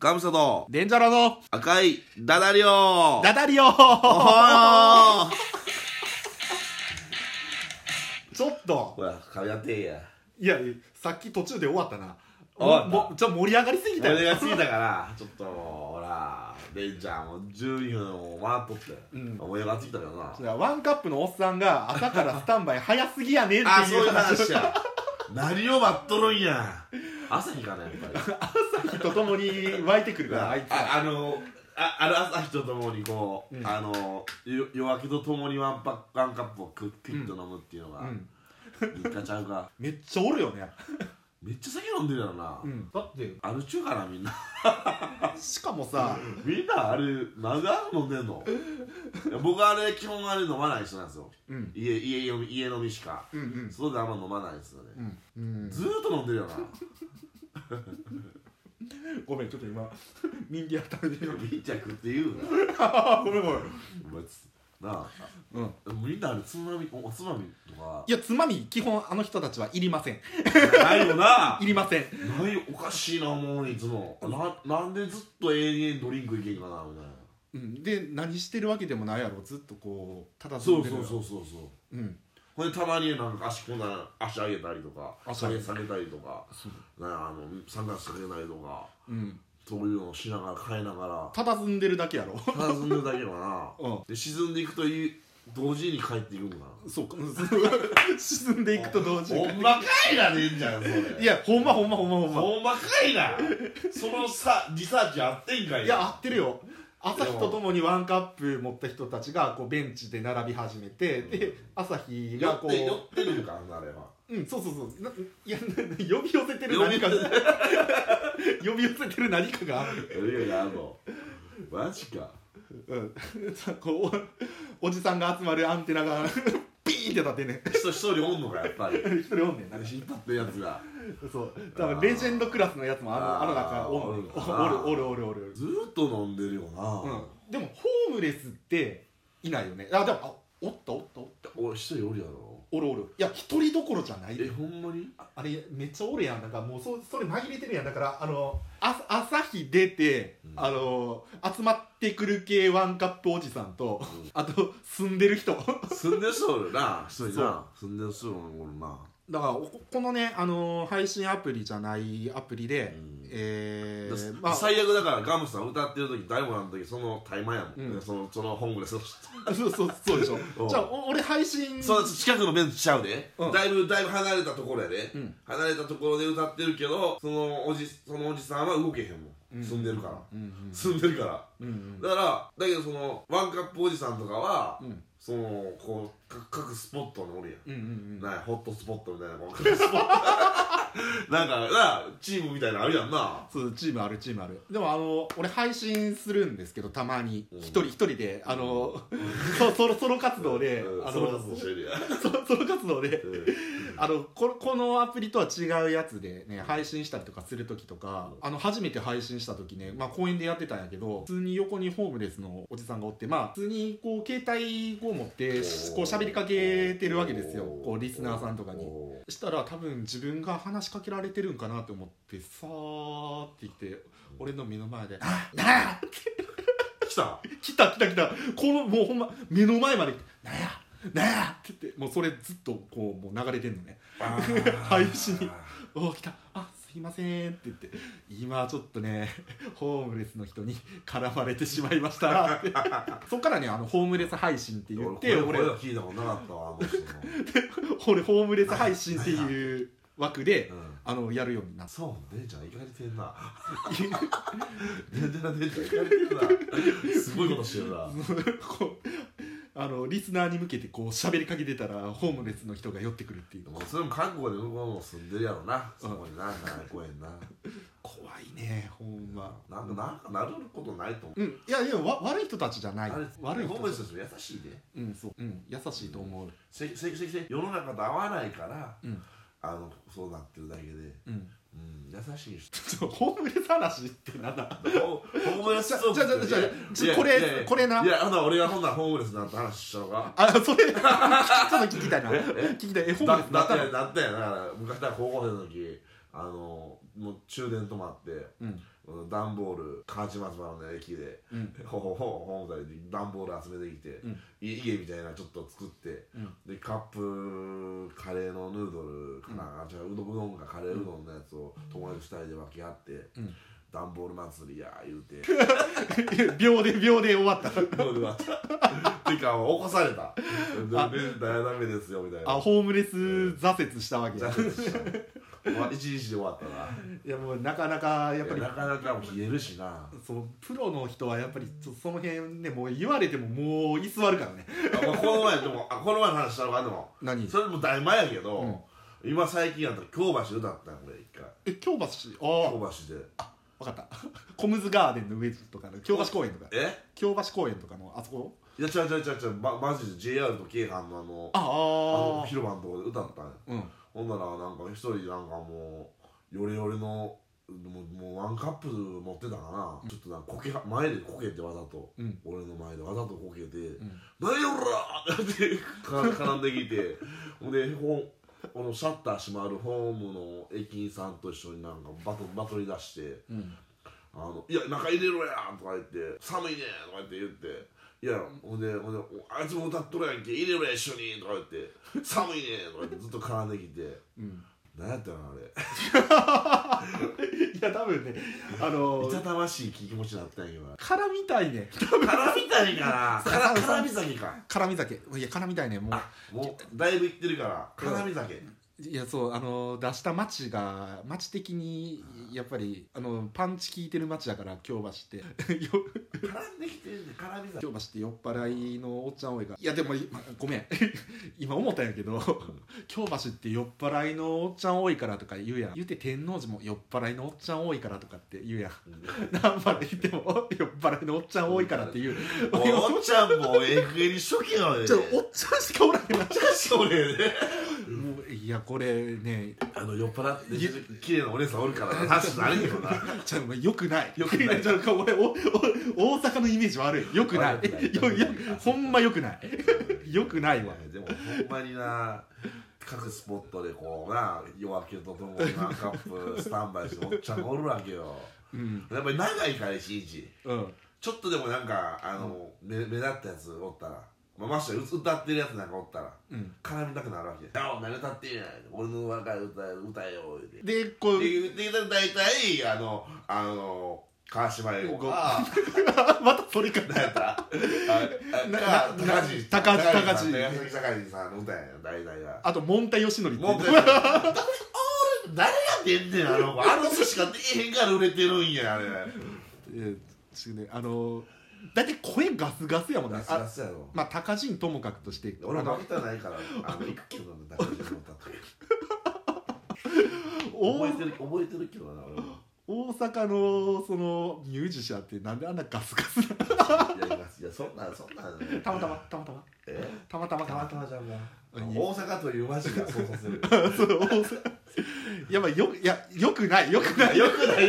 ガムサとデンジャラの赤いダダリオダダリオおはよちょっとほら髪やってやいやさっき途中で終わったな。 終わったじゃあ盛り上がりすぎたよ。 俺が過ぎたからちょっとほらレンちゃんも12分を回っとって、盛り上がってきたからな。 ワンカップのおっさんが朝からスタンバイ早すぎやねんってあ、そういいうう話話や何を待っとるんや朝日かなやっぱり朝日とともに湧いてくるからあいつは。 あの朝日とともにこう、夜明けとともにワンカップをクッと飲むっていうのが、いいかちゃうか。 めっちゃおるよね。 めっちゃ酒飲んでるやろな、 だってあるちゅうかなみんなしかもさみんなあれなんであれ飲んでんのいや僕あれ基本あれ飲まない人なんですよ、家飲みしか、そうであんま飲まないですよね、ずーっと飲んでるよなごめんちょっと今ミンティア食べてる。 みんちゃくって言うなごめんお前なあ、みんなあれおつまみとかいやつまみ基本あの人たちはいりません。 ないよないりません。 ないよ、おかしいなもういつもなんでずっと永遠ドリンクいけんかなみたいな、 で何してるわけでもないやろ。ずっとこうただそうんでるやろ。 ほんでたまになんか足上げたりとか下げたりとかサングラスかけたりとか、そういうのをしながら変えながらただんでるだけやろ。 沈んでるだけかな、で沈んでいくと同時に帰っていくんかな。 そうか沈んでいくと同時にほんまかいなでんじゃんそれ。 いやほんまほんまかいなそのリサーチあってんかい。 いや合ってるよ。朝日とともにワンカップ持った人たちがこうベンチで並び始めて、で朝日がこう寄ってるんかあれは。 そういや呼び寄せてる何かが呼び寄せてる何かがある。 いやマジか。 こうおじさんが集まるアンテナがピーンって立ってね。 一人おんのかやっぱり。 一人おんねんな。 引っ張ってるやつが。 そう多分レジェンドクラスのやつもあの中おるずーっと飲んでるよな、 でもホームレスっていないよね。でもおった俺一人おるやろ。 おるいや一人どころじゃない。 ほんまにあれめっちゃおるやん。なんかもうそれ紛れてるやん。だから朝日出て、集まってくる系ワンカップおじさんと、あと住んでる人住んでる人おるな一人な。住んでる人おるな。 だからこのね、配信アプリじゃないアプリで、 最悪だからガムさん歌ってる時大悟の時そのタイマーやもん、そのホームレスの人そうでしょじゃあ俺配信そう近くのベンチちゃうで、だいぶ離れたところやで、離れたところで歌ってるけどそのおじさんは動けへんもん、住んでるから、だけどそのワンカップおじさんとかは、そのこう各スポットにおるやん、ホットスポットみたいな各スポットなんかチームみたいなのあるやんな。 そうチームある。でも俺配信するんですけど、たまに一人でソロ活動でソロ活動してるやんソロ活動でこのアプリとは違うやつでね配信したりとかする時とか、初めて配信した時ね、公園でやってたんやけど、普通に横にホームレスのおじさんがおって、普通にこう携帯を持ってこう喋りかけてるわけですよ、こうリスナーさんとかに。したら多分自分が話しかけられてるんかなと思ってさーって言って俺の目の前で「なあ!」って来たこのもうほんま目の前まで「なやって言って、もうそれずっとこうもう流れてんのね配信に「おお来た、すいません」って言って、今ちょっとねホームレスの人に絡まれてしまいましたってそっからねホームレス配信って言って俺は聞いたことなかったわ俺ホームレス配信っていう枠でやるようになった。 そうね、じゃあいかれてんなすごいことしてるなリスナーに向けてこう喋りかけてたらホームレスの人が寄ってくるっていう。 それも韓国で向こうも住んでるやろな、そこにな公園な怖いねほんま。 なんかなることないと思う。 いや悪い人たちじゃない。悪い人ホームレスの人優しいで。 優しいと思う。 世の中と合わないからそうなってるだけで、優しい人。 ホームレス話ってなんだ。 ホームレストークじゃこれな。 いや俺がホームレスなんて話しちゃうか。 それちょっと聞きたいな。ホームレスなったの。 なったやな。昔だ高校生の時もう終電止まって段ボール河内松原の駅で、ホームで段ボール集めてきて、家みたいなちょっと作って、でカップカレーのヌードルかな、じゃあうどんかカレーうどんのやつを友達2人で分け合って、段ボール祭りや言うて秒で終わった秒で終わったてか起こされたダメですよみたいなホームレス挫折したわけ挫折した一日で終わったな。 いやもうなかなかやっぱりなかなかも冷えるしな。 そうプロの人はやっぱりその辺ねもう言われてももう居座るからねこの前の話したのがでも何それもだいぶ前やけど、今最近やったら京橋歌ったん俺一回。 京橋京橋で分かったコムズガーデンの上とかの京橋公園とか京橋公園とかのあそこいや違うマジで JR と京阪の広場のところで歌ったんや、ほんならなんか一人なんかもうヨレヨレのもうワンカップ持ってたかな、ちょっとなんか前でこけてわざと、俺の前でわざとこけて「何やおら!」って絡んできてほんでこのシャッター閉まるホームの駅員さんと一緒になんかバトり出して「いや中入れろや!」とか言って「寒いね!」とか言っていやほんであいつも歌っとるやんけ入れろや一緒にとか言って「寒いね!」とか言ってずっと絡んできて、何やったのあれいや多分ねいたたましい気持ちになったんや今絡みたいね絡みたいかな絡み酒か絡み酒いや絡みたいねもうだいぶいってるから絡み酒いやそう出した町的にやっぱりパンチ効いてる町だから京橋って絡んできてるんで絡み酒京橋って酔っ払いのおっちゃん多いからいやでもごめん今思ったんやけど京橋って酔っ払いのおっちゃん多いからとか言うやん言うて天王寺も酔っ払いのおっちゃん多いからとかって言うやん何まで言っても酔っ払いのおっちゃん多いからって言うおっちゃんもFA にしとけよねおっちゃんしかおらへんおっちゃんしかおれへんねもういやこれね酔っ払って綺麗なお姉さんおるからな話なれへんよなよくないよくない俺大阪のイメージ悪いよくないほんまよくないよくないわでもほんまにな各スポットでこうな夜明けとともにカップスタンバイしておっちゃんがおるわけよ、やっぱり長いから一日、ちょっとでもなんか目立ったやつおったらまして歌ってるやつなんかおったら絡みたくなるわけ「お前歌ってんやん俺の若い歌えよ」 でこう言ってきたら大体川島英語がまたそれか何やった高地高地さんの歌やん大体があともんたよしのりって誰が出んねんあの人しか出えへんから売れてるんやあれだいたい声ガスガスやもんねガスガスやろまあ高人ともかくとして俺負けたないから行くけどね高人の歌と覚えてるけどな俺も大阪のそのミュージシャンってなんであんなガスガスいやそんなたまたまじゃん大阪という街がそうさせるやばいよくない大阪のイ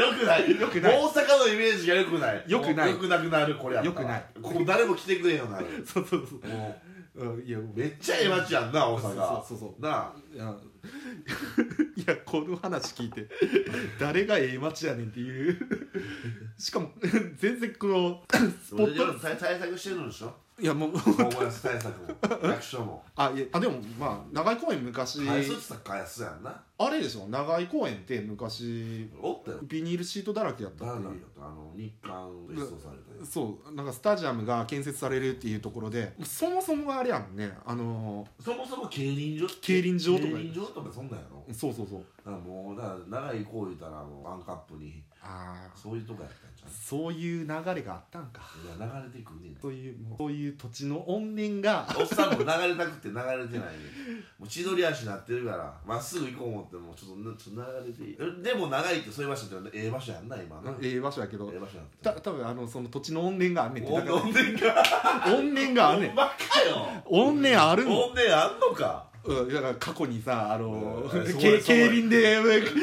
メージがよくないよくなくなるこれやったよくないここ誰も来てくれんようになるそうめっちゃええ街やんな大阪そうなあいやこの話聞いて誰がええ街やねんっていうしかも全然このスポット対策してるんでしょいやもうホームレス対策も役所もでもまあ長井公園昔返すって言ったら返すやんなあれでしょ長井公園って昔おったよビニールシートだらけやったっていう日韓と一掃されてそうなんかスタジアムが建設されるっていうところでそもそもがあれやんねそもそも競輪場とかそんなんやろそうだからもう長いこう言うたらワンカップにそういうとこやったんちゃうそういう流れがあったんかいや流れてくんねんそういう土地の怨念がおっさんも流れたくて流れてないねもう千鳥足になってるからまっすぐ行こう思ってもちょっと流れていいでも長いってそういう場所ってええ場所やんな今なええ場所やけどええ場所や多分その土地の怨念があんねんって怨念があんねんバカよ怨念ある怨念あんのかだから過去にさ競輪で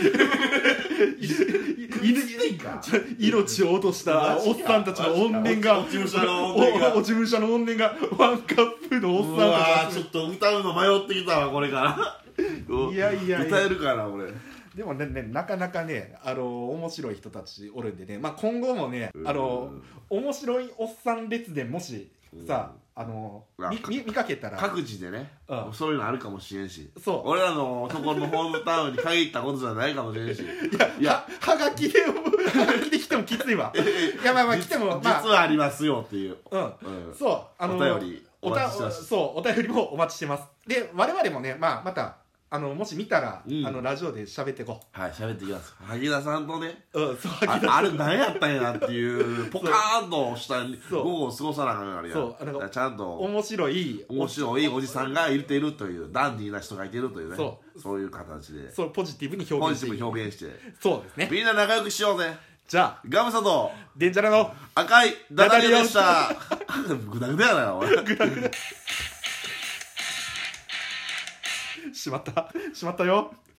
命を落としたおっさんたちの怨念が落ち武者の怨念がワンカップのおっさんたちちょっと歌うの迷ってきたわこれからいや歌えるかな俺でもねなかなかね面白い人たちおるんでね、まあ、今後もね面白いおっさん列伝もしさ見かけたら各自でね、そういうのあるかもしれんし、 そう俺らのところのホームタウンに限ったことじゃないかもしれんし、 いやはがきで来てもきついわいやまあ来ても実はありますよっていう、 そうお便りお待ちしてます。 そうお便りもお待ちしてます。で我々もねまたもし見たら、ラジオで喋っていこう。はい、喋っていきます。萩田さんとね、 そうあれ何やったんやなっていうポカーンとした午後を過ごさなあかんからや。そうちゃんと面白いおじさんがいているという、ダンディーな人がいているというね、そういう形でポジティブに表現して、 そうですね。 みんな仲良くしようぜ。 じゃあガムサとデンジャラの赤いダダリでした。グダグダやな俺。 グダグダしまったよ。